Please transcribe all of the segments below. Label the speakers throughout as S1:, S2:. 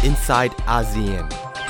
S1: Inside ASEAN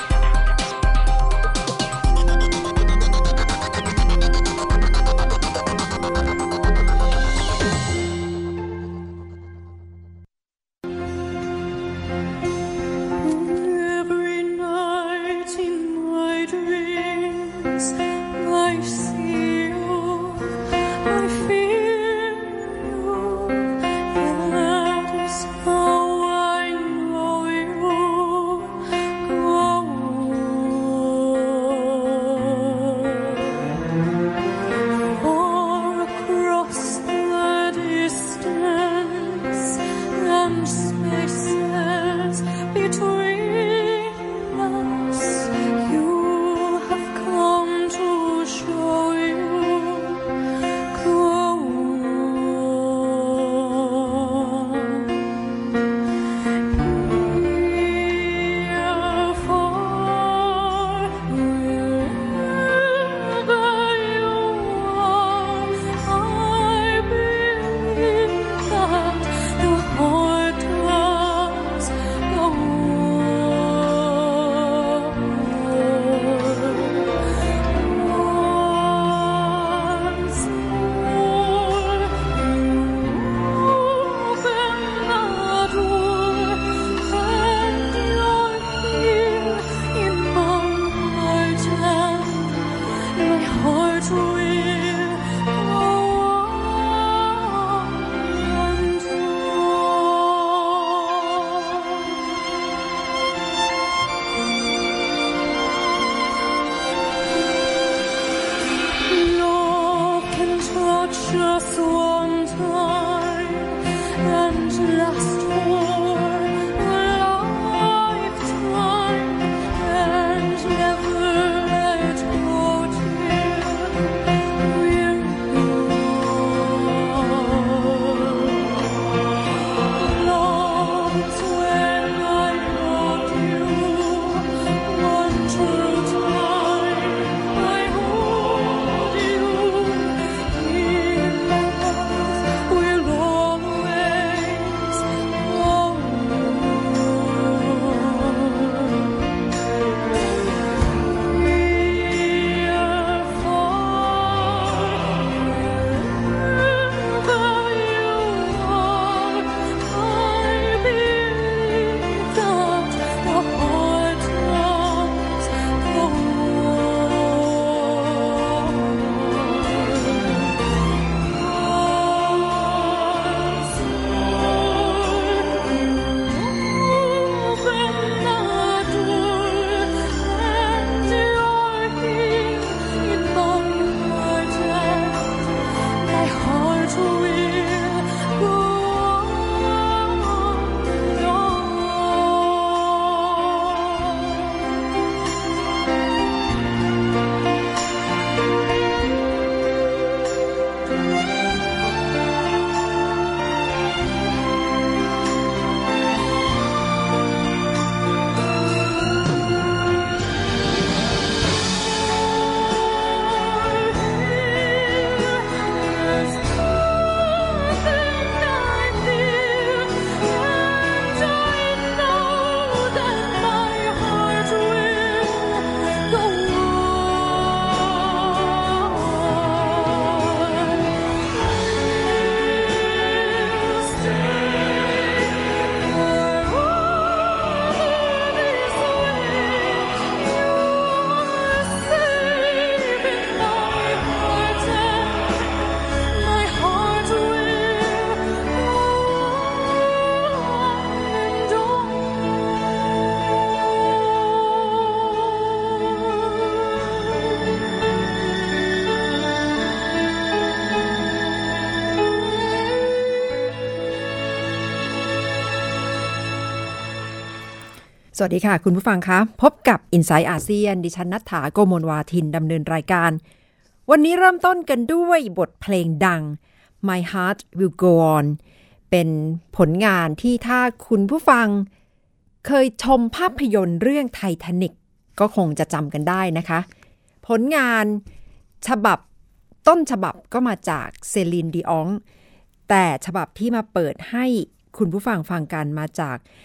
S2: สวัสดีค่ะคุณผู้ฟังคะพบกับ Inside ASEAN ดิฉันณัฐฐา โกมลวาทินดำเนินรายการวันนี้เริ่มต้นกันด้วยบทเพลงดัง My Heart Will Go On เป็นผลงานที่ถ้าคุณผู้ฟังเคยชมภาพยนตร์เรื่อง Titanic ก็คงจะจำกันได้นะคะผลงานฉบับต้นฉบับก็มาจากเซลิน ดิอองแต่ฉบับที่มาเปิดให้คุณผู้ฟังฟังกันมาจาก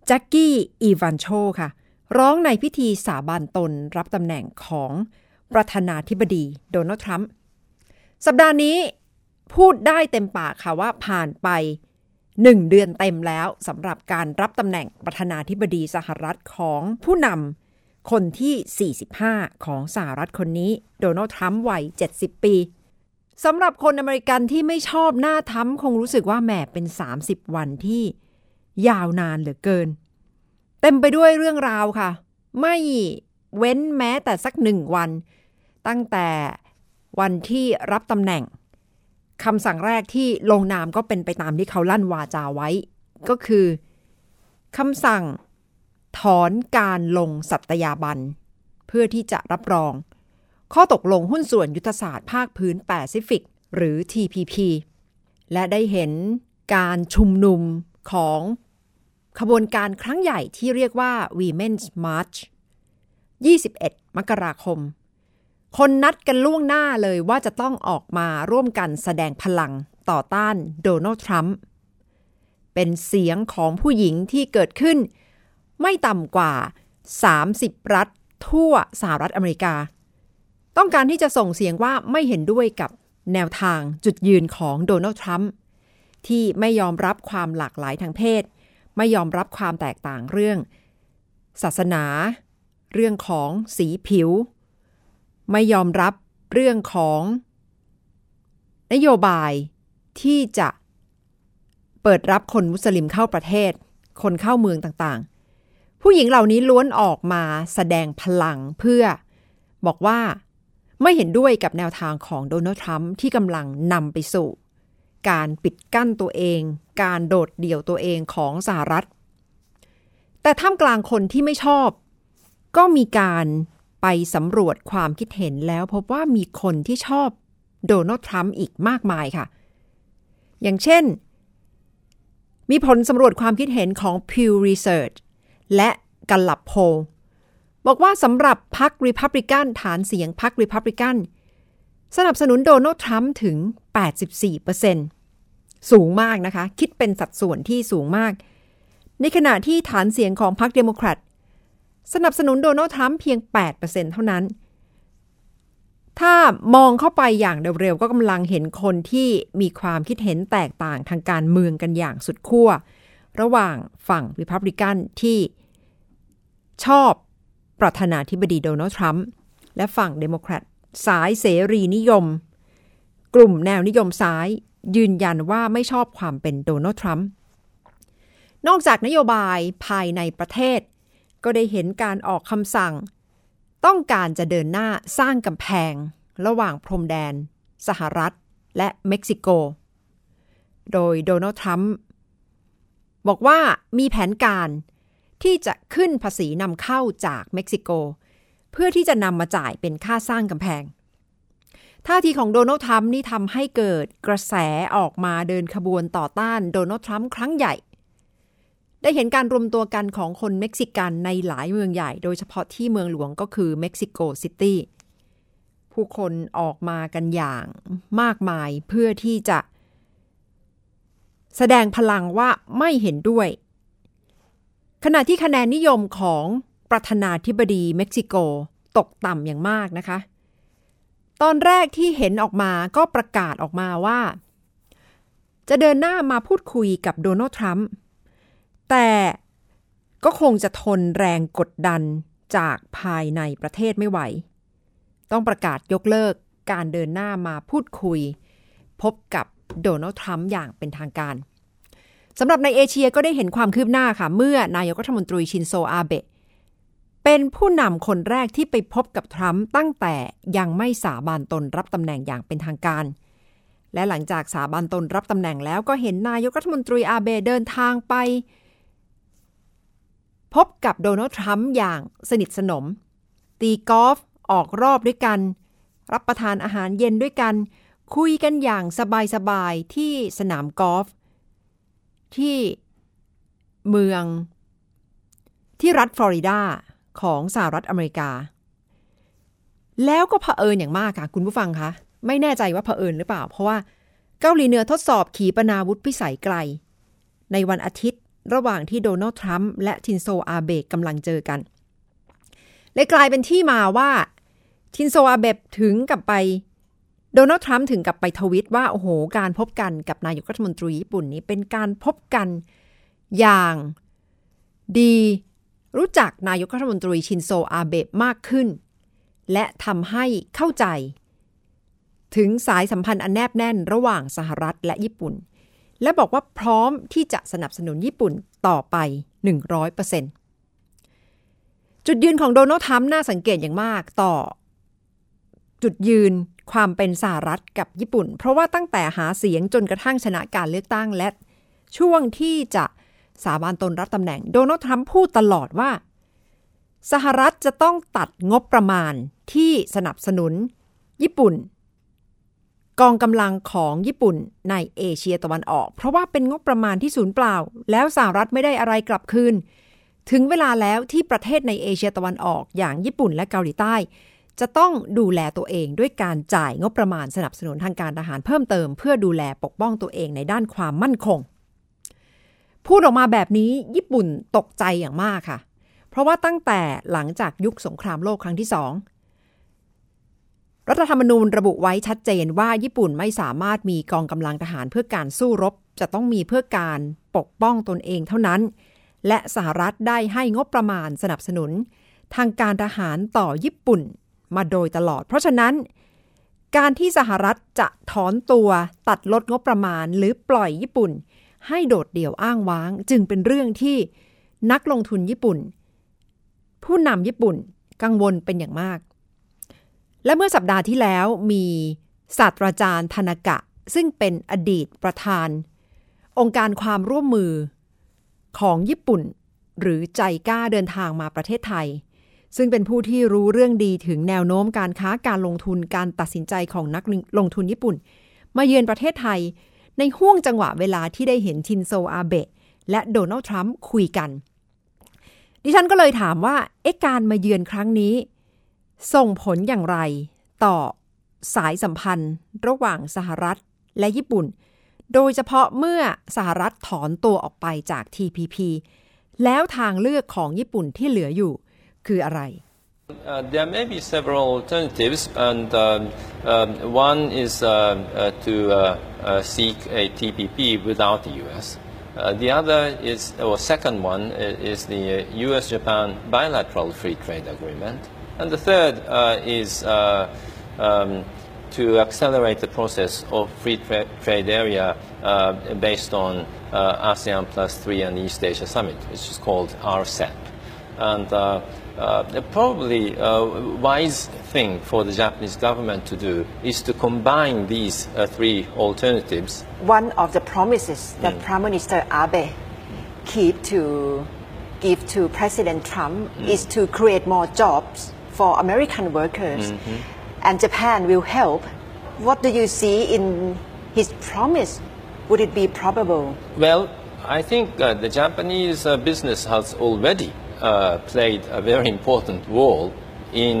S2: จ็คกี้อีวานโชค่ะร้องในพิธีสาบานตนรับตำแหน่งของประธานาธิบดีโดนัลด์ทรัมป์สัปดาห์นี้พูดได้เต็มปากค่ะว่าผ่านไป1 เดือนเต็มแล้วสำหรับการรับตำแหน่งประธานาธิบดีสหรัฐของผู้นำคนที่45ของสหรัฐคนนี้โดนัลด์ทรัมป์วัย70 ปีสำหรับคนอเมริกันที่ไม่ชอบหน้าทรัมป์คงรู้สึกว่าแหมเป็น30 วันที่ยาวนานเหลือเกินเต็มไปด้วยเรื่องราวค่ะไม่เว้นแม้แต่สัก1 วันตั้งแต่วันที่รับตำแหน่งคำสั่งแรกที่ลงนามก็เป็นไปตามที่เขาลั่นวาจาไว้ก็คือคำสั่งถอนการลงสัตยาบันเพื่อที่จะรับรองข้อตกลงหุ้นส่วนยุทธศาสตร์ภาคพื้นแปซิฟิกหรือ TPP และได้เห็นการชุมนุมของขบวนการครั้งใหญ่ที่เรียกว่า Women's March 21 มกราคมคนนัดกันล่วงหน้าเลยว่าจะต้องออกมาร่วมกันแสดงพลังต่อต้านโดนัลด์ทรัมป์เป็นเสียงของผู้หญิงที่เกิดขึ้นไม่ต่ำกว่า30 รัฐทั่วสหรัฐอเมริกาต้องการที่จะส่งเสียงว่าไม่เห็นด้วยกับแนวทางจุดยืนของโดนัลด์ทรัมป์ที่ไม่ยอมรับความหลากหลายทางเพศไม่ยอมรับความแตกต่างเรื่องศาสนาเรื่องของสีผิวไม่ยอมรับเรื่องของนโยบายที่จะเปิดรับคนมุสลิมเข้าประเทศคนเข้าเมืองต่างๆผู้หญิงเหล่านี้ล้วนออกมาแสดงพลังเพื่อบอกว่าไม่เห็นด้วยกับแนวทางของโดนัลด์ทรัมป์ที่กำลังนำไปสู่การปิดกั้นตัวเองการโดดเดี่ยวตัวเองของสหรัฐแต่ท่ามกลางคนที่ไม่ชอบก็มีการไปสำรวจความคิดเห็นแล้วพบว่ามีคนที่ชอบโดนัลด์ทรัมป์อีกมากมายค่ะอย่างเช่นมีผลสำรวจความคิดเห็นของ Pew Research และ Gallup Poll บอกว่าสำหรับพรรครีพับลิกันฐานเสียงพรรครีพับลิกันสนับสนุนโดนัลด์ทรัมป์ถึง 84% สูงมากนะคะคิดเป็นสัดส่วนที่สูงมากในขณะที่ฐานเสียงของพรรคเดโมแครตสนับสนุนโดนัลด์ทรัมป์เพียง 8% เท่านั้นถ้ามองเข้าไปอย่างเร็วๆก็กำลังเห็นคนที่มีความคิดเห็นแตกต่างทางการเมืองกันอย่างสุดขั้วระหว่างฝั่งรีพับลิกันที่ชอบประธานาธิบดีโดนัลด์ทรัมป์และฝั่งเดโมแครตสายเสรีนิยมกลุ่มแนวนิยมซ้ายยืนยันว่าไม่ชอบความเป็นโดนัลด์ทรัมป์นอกจากนโยบายภายในประเทศก็ได้เห็นการออกคำสั่งต้องการจะเดินหน้าสร้างกำแพงระหว่างพรมแดนสหรัฐและเม็กซิโกโดยโดนัลด์ทรัมป์บอกว่ามีแผนการที่จะขึ้นภาษีนำเข้าจากเม็กซิโกเพื่อที่จะนำมาจ่ายเป็นค่าสร้างกำแพงท่าทีของโดนัลด์ทรัมป์นี่ทำให้เกิดกระแสออกมาเดินขบวนต่อต้านโดนัลด์ทรัมป์ครั้งใหญ่ได้เห็นการรวมตัวกันของคนเม็กซิกันในหลายเมืองใหญ่โดยเฉพาะที่เมืองหลวงก็คือเม็กซิโกซิตี้ผู้คนออกมากันอย่างมากมายเพื่อที่จะแสดงพลังว่าไม่เห็นด้วยขณะที่คะแนนนิยมของประธานาธิบดีเม็กซิโกตกต่ำอย่างมากนะคะตอนแรกที่เห็นออกมาก็ประกาศออกมาว่าจะเดินหน้ามาพูดคุยกับโดนัลด์ทรัมป์แต่ก็คงจะทนแรงกดดันจากภายในประเทศไม่ไหวต้องประกาศยกเลิกการเดินหน้ามาพูดคุยพบกับโดนัลด์ทรัมป์อย่างเป็นทางการสำหรับในเอเชียก็ได้เห็นความคืบหน้าค่ะเมื่อนายกรัฐมนตรีชินโซอาเบะเป็นผู้นำคนแรกที่ไปพบกับทรัมป์ตั้งแต่ยังไม่สาบานตนรับตำแหน่งอย่างเป็นทางการและหลังจากสาบานตนรับตำแหน่งแล้วก็เห็นนายกรัฐมนตรีอาเบะเดินทางไปพบกับโดนัลด์ทรัมป์อย่างสนิทสนมตีกอล์ฟออกรอบด้วยกันรับประทานอาหารเย็นด้วยกันคุยกันอย่างสบายๆที่สนามกอล์ฟที่เมืองที่รัฐฟลอริดาของสหรัฐอเมริกาแล้วก็เผอิญอย่างมากค่ะคุณผู้ฟังคะไม่แน่ใจว่าเผอิญหรือเปล่าเพราะว่าเกาหลีเหนือทดสอบขีปนาวุธพิสัยไกลในวันอาทิตย์ระหว่างที่โดนัลด์ทรัมป์และชินโซอาเบะกำลังเจอกันเลยกลายเป็นที่มาว่าชินโซอาเบะถึงกับไปโดนัลด์ทรัมป์ถึงกับไปทวิตว่าโอ้โหการพบกันกับนายกรัฐมนตรีญี่ปุ่นนี้เป็นการพบกันอย่างดีรู้จักนายกรัฐมนตรีชินโซอาเบะมากขึ้นและทำให้เข้าใจถึงสายสัมพันธ์อันแนบแน่นระหว่างสหรัฐและญี่ปุ่นและบอกว่าพร้อมที่จะสนับสนุนญี่ปุ่นต่อไป 100% จุดยืนของโดนัลด์ทรัมป์น่าสังเกตอย่างมากต่อจุดยืนความเป็นสหรัฐกับญี่ปุ่นเพราะว่าตั้งแต่หาเสียงจนกระทั่งชนะการเลือกตั้งและช่วงที่จะสาบานตนรับตำแหน่งโดนัลด์ทรัมป์พูดตลอดว่าสหรัฐจะต้องตัดงบประมาณที่สนับสนุนญี่ปุ่นกองกำลังของญี่ปุ่นในเอเชียตะวันออกเพราะว่าเป็นงบประมาณที่สูญเปล่าแล้วสหรัฐไม่ได้อะไรกลับคืนถึงเวลาแล้วที่ประเทศในเอเชียตะวันออกอย่างญี่ปุ่นและเกาหลีใต้จะต้องดูแลตัวเองด้วยการจ่ายงบประมาณสนับสนุนทางการทหารเพิ่มเติมเพื่อดูแลปกป้องตัวเองในด้านความมั่นคงพูดออกมาแบบนี้ญี่ปุ่นตกใจอย่างมากค่ะเพราะว่าตั้งแต่หลังจากยุคสงครามโลกครั้งที่2รัฐธรรมนูญระบุไว้ชัดเจนว่าญี่ปุ่นไม่สามารถมีกองกำลังทหารเพื่อการสู้รบจะต้องมีเพื่อการปกป้องตนเองเท่านั้นและสหรัฐได้ให้งบประมาณสนับสนุนทางการทหารต่อญี่ปุ่นมาโดยตลอดเพราะฉะนั้นการที่สหรัฐจะถอนตัวตัดลดงบประมาณหรือปล่อยญี่ปุ่นให้โดดเดี่ยวอ้างว้างจึงเป็นเรื่องที่นักลงทุนญี่ปุ่นผู้นำญี่ปุ่นกังวลเป็นอย่างมากและเมื่อสัปดาห์ที่แล้วมีศาสตราจารย์ทานากะซึ่งเป็นอดีตประธานองค์การความร่วมมือของญี่ปุ่นหรือใจกล้าเดินทางมาประเทศไทยซึ่งเป็นผู้ที่รู้เรื่องดีถึงแนวโน้มการค้าการลงทุนการตัดสินใจของนักลงทุนญี่ปุ่นมาเยือนประเทศไทยในห้วงจังหวะเวลาที่ได้เห็นชินโซอาเบะและโดนัลด์ทรัมป์คุยกันดิฉันก็เลยถามว่าการมาเยือนครั้งนี้ส่งผลอย่างไรต่อสายสัมพันธ์ระหว่างสหรัฐและญี่ปุ่นโดยเฉพาะเมื่อสหรัฐถอนตัวออกไปจาก TPP แล้วทางเลือกของญี่ปุ่นที่เหลืออยู่คืออะไร
S1: There may be several alternatives, and one is to seek a TPP without the U.S. The other is, or second one, is the U.S.-Japan bilateral free trade agreement, and the third is to accelerate the process of free trade area based on ASEAN Plus 3 and East Asia Summit, which is called RCEP. And probably a wise thing for the Japanese government to do is to combine these three alternatives.
S3: One of the promises that Prime Minister Abe keep to give to President Trump is to create more jobs for American workers, and Japan will help. What do you see in his promise? Would it be probable?
S1: Well, I think the Japanese business has already played a very important role in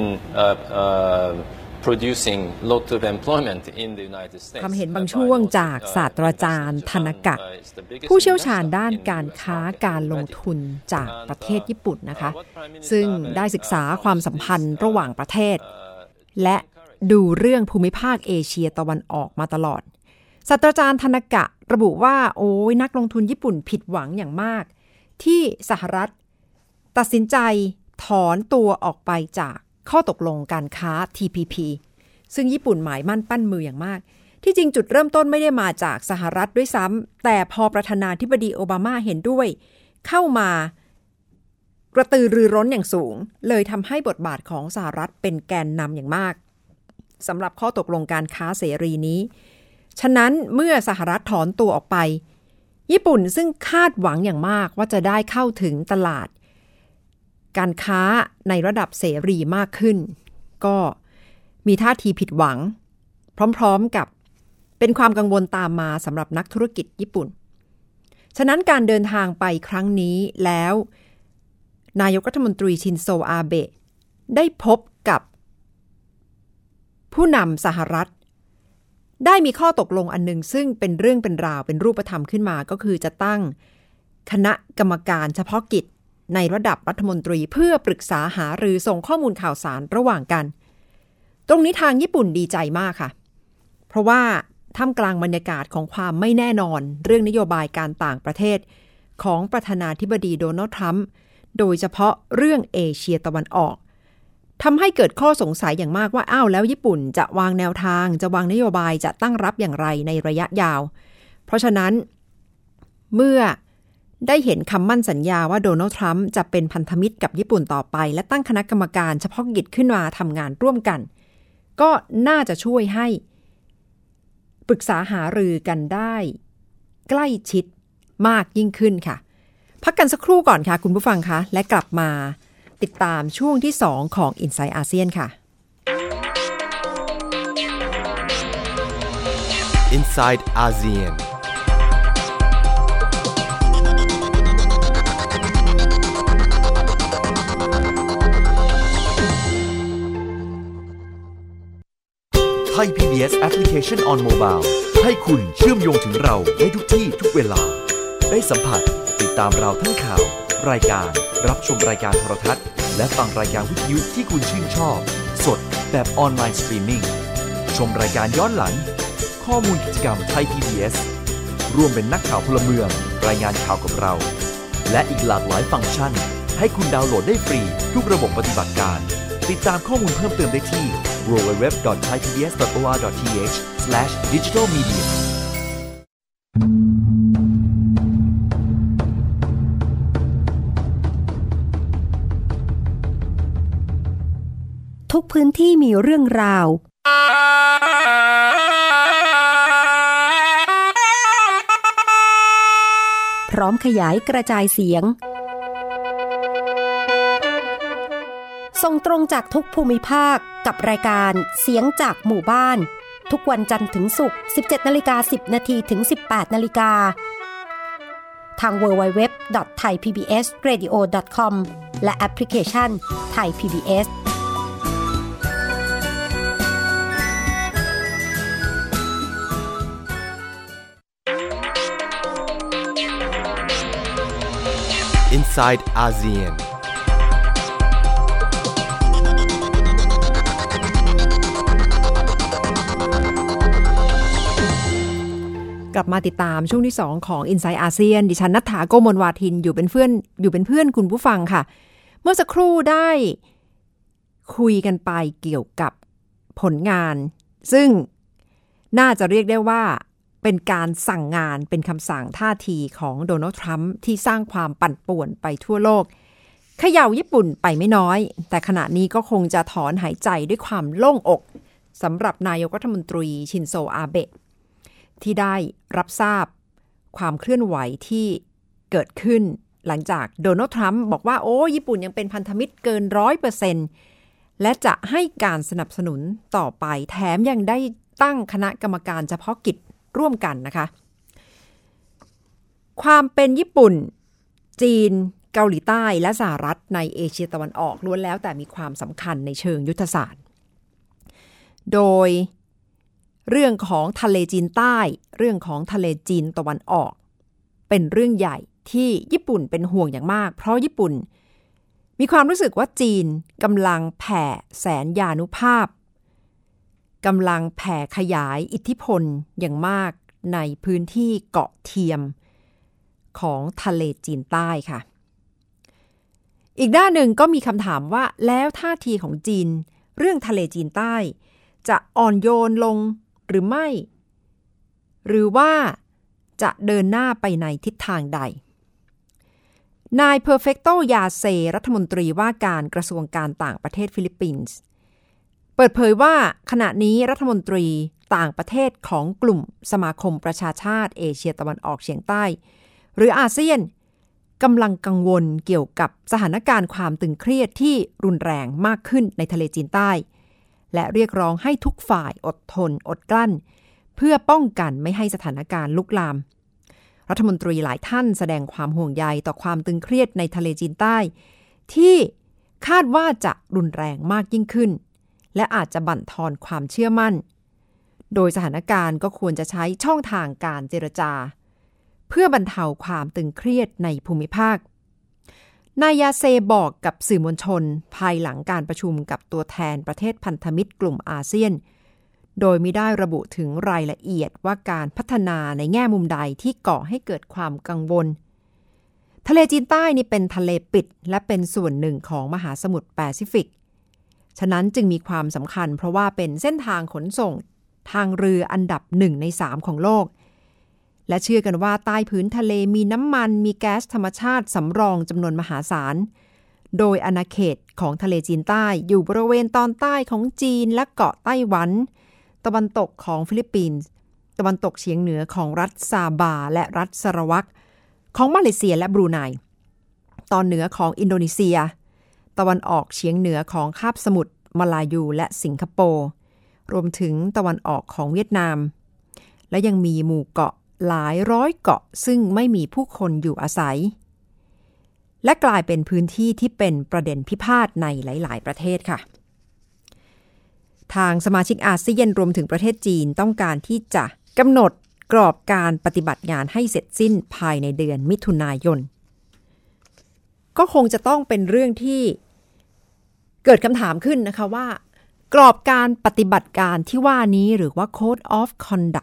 S1: producing lot of employment in the United States.
S2: ความเห็นบางช่วงจากศาสตราจารย์ทานากะผู้เชี่ยวชาญด้านการค้าการลงทุนจากประเทศญี่ปุ่นนะคะซึ่งได้ศึกษาความสัมพันธ์ระหว่างประเทศและดูเรื่องภูมิภาคเอเชียตะวันออกมาตลอดศาสตราจารย์ทานากะระบุว่านักลงทุนญี่ปุ่นผิดหวังอย่างมากที่สหรัฐตัดสินใจถอนตัวออกไปจากข้อตกลงการค้า TPP ซึ่งญี่ปุ่นหมายมั่นปั้นมืออย่างมากที่จริงจุดเริ่มต้นไม่ได้มาจากสหรัฐด้วยซ้ำแต่พอประธานาธิบดีโอบามาเห็นด้วยเข้ามากระตือรือร้นอย่างสูงเลยทำให้บทบาทของสหรัฐเป็นแกนนำอย่างมากสำหรับข้อตกลงการค้าเสรีนี้ฉะนั้นเมื่อสหรัฐถอนตัวออกไปญี่ปุ่นซึ่งคาดหวังอย่างมากว่าจะได้เข้าถึงตลาดการค้าในระดับเสรีมากขึ้นก็มีท่าทีผิดหวังพร้อมๆกับเป็นความกังวลตามมาสำหรับนักธุรกิจญี่ปุ่นฉะนั้นการเดินทางไปครั้งนี้แล้วนายกรัฐมนตรีชินโซอาเบะได้พบกับผู้นำสหรัฐได้มีข้อตกลงอันนึงซึ่งเป็นเรื่องเป็นราวเป็นรูปธรรมขึ้นมาก็คือจะตั้งคณะกรรมการเฉพาะกิจในระดับรัฐมนตรีเพื่อปรึกษาหารือส่งข้อมูลข่าวสารระหว่างกันตรงนี้ทางญี่ปุ่นดีใจมากค่ะเพราะว่าท่ามกลางบรรยากาศของความไม่แน่นอนเรื่องนโยบายการต่างประเทศของประธานาธิบดีโดนัลด์ทรัมป์โดยเฉพาะเรื่องเอเชียตะวันออกทำให้เกิดข้อสงสัยอย่างมากว่าอ้าวแล้วญี่ปุ่นจะวางแนวทางจะวางนโยบายจะตั้งรับอย่างไรในระยะยาวเพราะฉะนั้นเมื่อได้เห็นคำมั่นสัญญาว่าโดนัลด์ทรัมป์จะเป็นพันธมิตรกับญี่ปุ่นต่อไปและตั้งคณะกรรมการเฉพาะกิจขึ้นมาทำงานร่วมกันก็น่าจะช่วยให้ปรึกษาหารือกันได้ใกล้ชิดมากยิ่งขึ้นค่ะพักกันสักครู่ก่อนค่ะคุณผู้ฟังคะและกลับมาติดตามช่วงที่2ของ Inside ASEAN ค่ะ
S4: Inside ASEAN Thai PBS Application on Mobile ให้คุณเชื่อมโยงถึงเราได้ทุกที่ทุกเวลาได้สัมผัสติดตามเราทั้งข่าวรายการรับชมรายการโทรทัศน์และฟังรายการวิทยุที่คุณชื่นชอบสดแบบออนไลน์สตรีมมิ่งชมรายการย้อนหลังข้อมูลกิจกรรม Thai PBS ร่วมเป็นนักข่าวพลเมืองรายงานข่าวกับเราและอีกหลากหลายฟังก์ชันให้คุณดาวน์โหลดได้ฟรีทุกระบบปฏิบัติการติดตามข้อมูลเพิ่มเติมได้ที่ www.thaipbs.or.th/digitalmedia
S5: ทุกพื้นที่มีเรื่องราวพร้อมขยายกระจายเสียงส่งตรงจากทุกภูมิภาคกับรายการเสียงจากหมู่บ้านทุกวันจันทร์ถึงศุกร์ 17:10 น. ถึง 18:00 น. ทาง www.thaipbsradio.com และแอปพลิเคชัน Thai PBS
S4: Inside ASEAN
S2: กลับมาติดตามช่วงที่2ของ Inside ASEAN ดิฉันณัฐฐา โกมลวาทินอยู่เป็นเพื่อนคุณผู้ฟังค่ะเมื่อสักครู่ได้คุยกันไปเกี่ยวกับผลงานซึ่งน่าจะเรียกได้ว่าเป็นการสั่งงานเป็นคำสั่งท่าทีของโดนัลด์ทรัมป์ที่สร้างความปั่นป่วนไปทั่วโลกเขย่าญี่ปุ่นไปไม่น้อยแต่ขณะนี้ก็คงจะถอนหายใจด้วยความโล่งอกสำหรับนายกรัฐมนตรีชินโซอาเบะที่ได้รับทราบความเคลื่อนไหวที่เกิดขึ้นหลังจากโดนัลด์ทรัมป์บอกว่าโอ้ญี่ปุ่นยังเป็นพันธมิตรเกิน 100% และจะให้การสนับสนุนต่อไปแถมยังได้ตั้งคณะกรรมการเฉพาะกิจร่วมกันนะคะความเป็นญี่ปุ่นจีนเกาหลีใต้และสหรัฐในเอเชียตะวันออกล้วนแล้วแต่มีความสำคัญในเชิงยุทธศาสตร์โดยเรื่องของทะเลจีนใต้เรื่องของทะเลจีนตะวันออกเป็นเรื่องใหญ่ที่ญี่ปุ่นเป็นห่วงอย่างมากเพราะญี่ปุ่นมีความรู้สึกว่าจีนกำลังแผ่แสนยานุภาพกำลังแผ่ขยายอิทธิพลอย่างมากในพื้นที่เกาะเทียมของทะเลจีนใต้ค่ะอีกด้านหนึ่งก็มีคำถามว่าแล้วท่าทีของจีนเรื่องทะเลจีนใต้จะอ่อนโยนลงหรือไม่หรือว่าจะเดินหน้าไปในทิศทางใดนายเพอร์เฟกโตยาเซรัฐมนตรีว่าการกระทรวงการต่างประเทศฟิลิปปินส์เปิดเผยว่าขณะนี้รัฐมนตรีต่างประเทศของกลุ่มสมาคมประชาชาติเอเชียตะวันออกเฉียงใต้หรืออาเซียนกำลังกังวลเกี่ยวกับสถานการณ์ความตึงเครียดที่รุนแรงมากขึ้นในทะเลจีนใต้และเรียกร้องให้ทุกฝ่ายอดทนอดกลั้นเพื่อป้องกันไม่ให้สถานการณ์ลุกลามรัฐมนตรีหลายท่านแสดงความห่วงใยต่อความตึงเครียดในทะเลจีนใต้ที่คาดว่าจะรุนแรงมากยิ่งขึ้นและอาจจะบั่นทอนความเชื่อมั่นโดยสถานการณ์ก็ควรจะใช้ช่องทางการเจรจาเพื่อบรรเทาความตึงเครียดในภูมิภาคนายยาเซบอกกับสื่อมวลชนภายหลังการประชุมกับตัวแทนประเทศพันธมิตรกลุ่มอาเซียนโดยไม่ได้ระบุถึงรายละเอียดว่าการพัฒนาในแง่มุมใดที่ก่อให้เกิดความกังวลทะเลจีนใต้นี่เป็นทะเลปิดและเป็นส่วนหนึ่งของมหาสมุทรแปซิฟิกฉะนั้นจึงมีความสำคัญเพราะว่าเป็นเส้นทางขนส่งทางเรืออันดับ1 ใน 3ของโลกและเชื่อกันว่าใต้พื้นทะเลมีน้ำมันมีแก๊สธรรมชาติสำรองจำนวนมหาศาลโดยอาณาเขตของทะเลจีนใต้อยู่บริเวณตอนใต้ของจีนและเกาะไต้หวันตะวันตกของฟิลิปปินส์ตะวันตกเฉียงเหนือของรัฐซาบาและรัฐสารวักของมาเลเซียและบรูไนตอนเหนือของอินโดนีเซียตะวันออกเฉียงเหนือของคาบสมุทรมาลายูและสิงคโปร์รวมถึงตะวันออกของเวียดนามและยังมีหมู่เกาะหลายร้อยเกาะซึ่งไม่มีผู้คนอยู่อาศัยและกลายเป็นพื้นที่ที่เป็นประเด็นพิพาทในหลายๆประเทศค่ะทางสมาชิกอาเซียนรวมถึงประเทศจีนต้องการที่จะกำหนดกรอบการปฏิบัติงานให้เสร็จสิ้นภายในเดือนมิถุนายนก็คงจะต้องเป็นเรื่องที่เกิดคำถามขึ้นนะคะว่ากรอบการปฏิบัติการที่ว่านี้หรือว่า Code of Conduct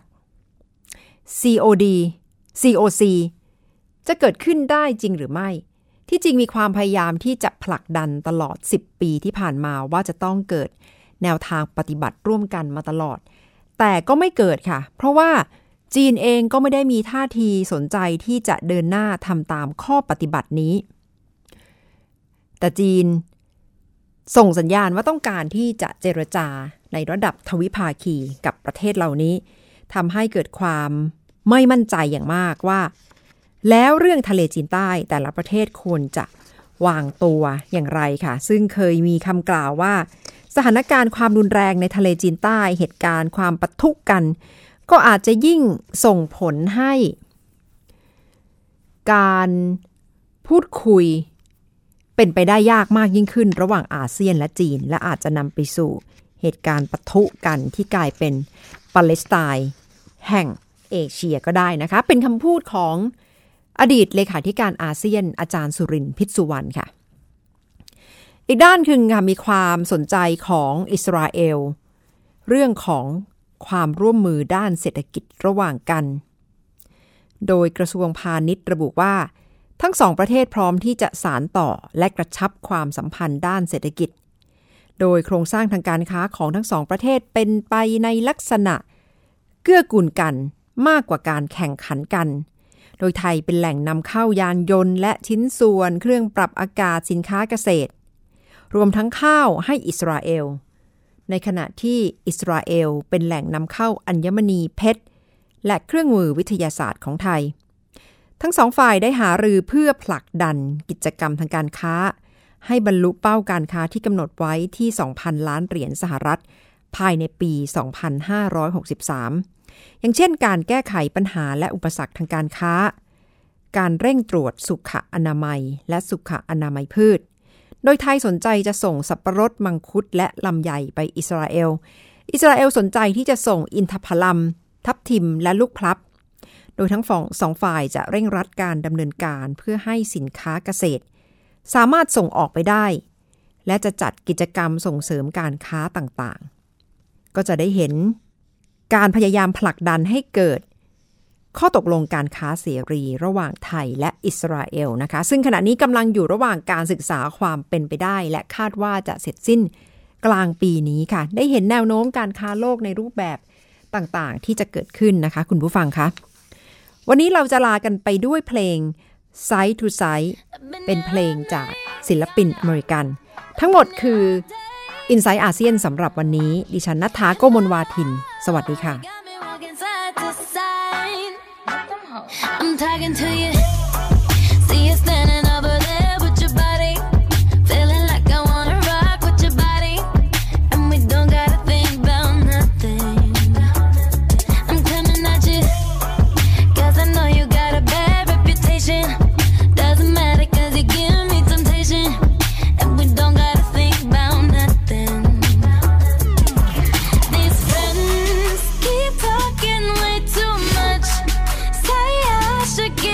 S2: COC จะเกิดขึ้นได้จริงหรือไม่ที่จริงมีความพยายามที่จะผลักดันตลอด10 ปีที่ผ่านมาว่าจะต้องเกิดแนวทางปฏิบัติร่วมกันมาตลอดแต่ก็ไม่เกิดค่ะเพราะว่าจีนเองก็ไม่ได้มีท่าทีสนใจที่จะเดินหน้าทำตามข้อปฏิบัตินี้แต่จีนส่งสัญญาณว่าต้องการที่จะเจรจาในระดับทวิภาคีกับประเทศเหล่านี้ทำให้เกิดความไม่มั่นใจอย่างมากว่าแล้วเรื่องทะเลจีนใต้แต่ละประเทศควรจะวางตัวอย่างไรค่ะซึ่งเคยมีคำกล่าวว่าสถานการณ์ความรุนแรงในทะเลจีนใต้เหตุการณ์ความปะทุกันก็อาจจะยิ่งส่งผลให้การพูดคุยเป็นไปได้ยากมากยิ่งขึ้นระหว่างอาเซียนและจีนและอาจจะนำไปสู่เหตุการณ์ปะทุกันที่กลายเป็นปาเลสไตน์แห่งเอเชียก็ได้นะคะเป็นคำพูดของอดีตเลขาธิการอาเซียนอาจารย์สุรินทร์พิษสุวรรณค่ะอีกด้านคือมีความสนใจของอิสราเอลเรื่องของความร่วมมือด้านเศรษฐกิจระหว่างกันโดยกระทรวงพาณิชย์ระบุว่าทั้งสองประเทศพร้อมที่จะสานต่อและกระชับความสัมพันธ์ด้านเศรษฐกิจโดยโครงสร้างทางการค้าของทั้งสองประเทศเป็นไปในลักษณะเกื้อกูลกันมากกว่าการแข่งขันกันโดยไทยเป็นแหล่งนำเข้ายานยนต์และชิ้นส่วนเครื่องปรับอากาศสินค้าเกษตรรวมทั้งข้าวให้อิสราเอลในขณะที่อิสราเอลเป็นแหล่งนำเข้าอัญมณีเพชรและเครื่องมือวิทยาศาสตร์ของไทยทั้งสองฝ่ายได้หารือเพื่อผลักดันกิจกรรมทางการค้าให้บรรลุเป้าการค้าที่กำหนดไว้ที่ 2,000 ล้านเหรียญสหรัฐภายในปี 2563 อย่างเช่นการแก้ไขปัญหาและอุปสรรคทางการค้าการเร่งตรวจสุขอนามัยและสุขอนามัยพืชโดยไทยสนใจจะส่งสับปะรดมังคุดและลำไยไปอิสราเอลสนใจที่จะส่งอินทผลัมทับทิมและลูกพลับโดยทั้งสองฝ่ายจะเร่งรัดการดำเนินการเพื่อให้สินค้าเกษตรสามารถส่งออกไปได้และจะจัดกิจกรรมส่งเสริมการค้าต่างๆก็จะได้เห็นการพยายามผลักดันให้เกิดข้อตกลงการค้าเสรีระหว่างไทยและอิสราเอลนะคะซึ่งขณะนี้กำลังอยู่ระหว่างการศึกษาความเป็นไปได้และคาดว่าจะเสร็จสิ้นกลางปีนี้ค่ะได้เห็นแนวโน้มการค้าโลกในรูปแบบต่างๆที่จะเกิดขึ้นนะคะคุณผู้ฟังคะวันนี้เราจะลากันไปด้วยเพลง Side to Side เป็นเพลงจากศิลปินอเมริกันทั้งหมดคือ Inside อาเซียนสำหรับวันนี้ดิฉันณัฐฐา โกมลวาทินสวัสดีค่ะ
S6: I'm talking to you. See you standing over there with your body, feeling like I wanna rock with your body, and we don't gotta think about nothing. I'm coming at you, 'cause I know you got a bad reputation. Doesn't matter 'cause you give me temptation, and we don't gotta think about nothing. These friends keep talking way too much. Say I should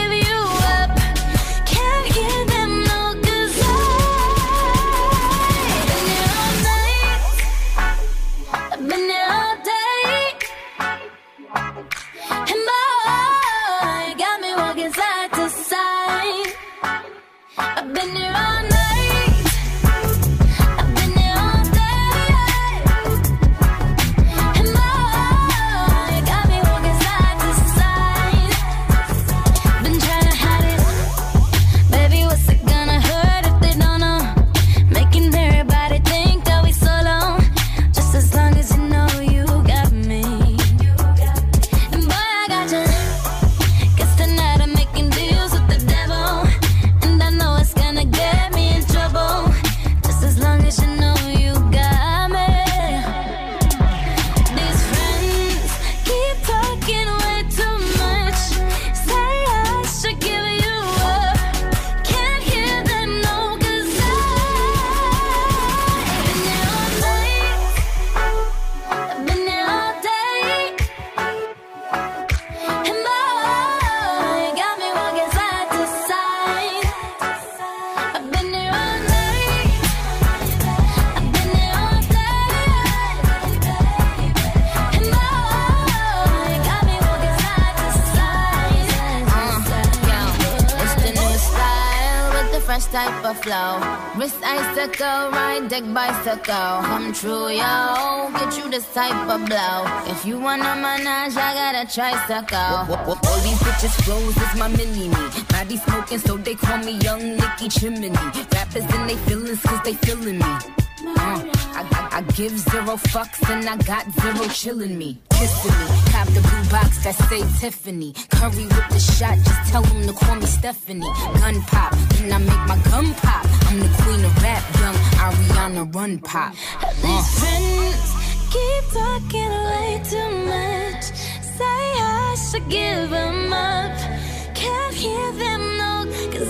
S6: fresh type of flow. Wrist icicle, ride deck bicycle. Come true, yo. Get you this type of blow. If you wanna manage, I got a tricycle.
S7: All these bitches flows is my mini-me. Body smoking, so they call me Young Nicky Chimney. Rappers in they feelings, cause they feeling me. I give zero fucks and I got zero chillin' me. Kissing me, have the blue box that say Tiffany. Curry with the shot, just tell them to call me Stephanie. Gun pop, then I make my gun pop. I'm the queen of rap, young Ariana Run Pop.
S6: These friends keep talking way too much. Say I should give them up. Can't hear them, no, cause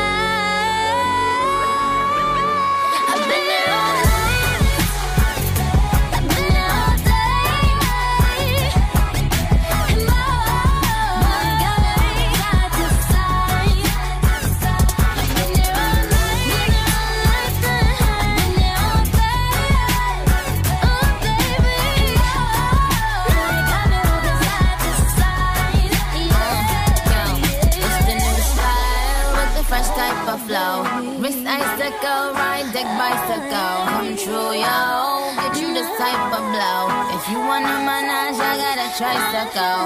S6: I've been there all night. I've been there all day. And I got me side to side. I've been there all night. I've been there all day. Oh, baby. I got me side to side. Yeah. It's the new style with the fresh type of flow. Wrist icicle, ride deck bicycle. Come true, yo. Get you this type of blow. If you wanna manage, I got a tricycle.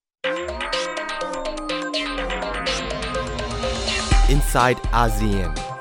S4: Inside ASEAN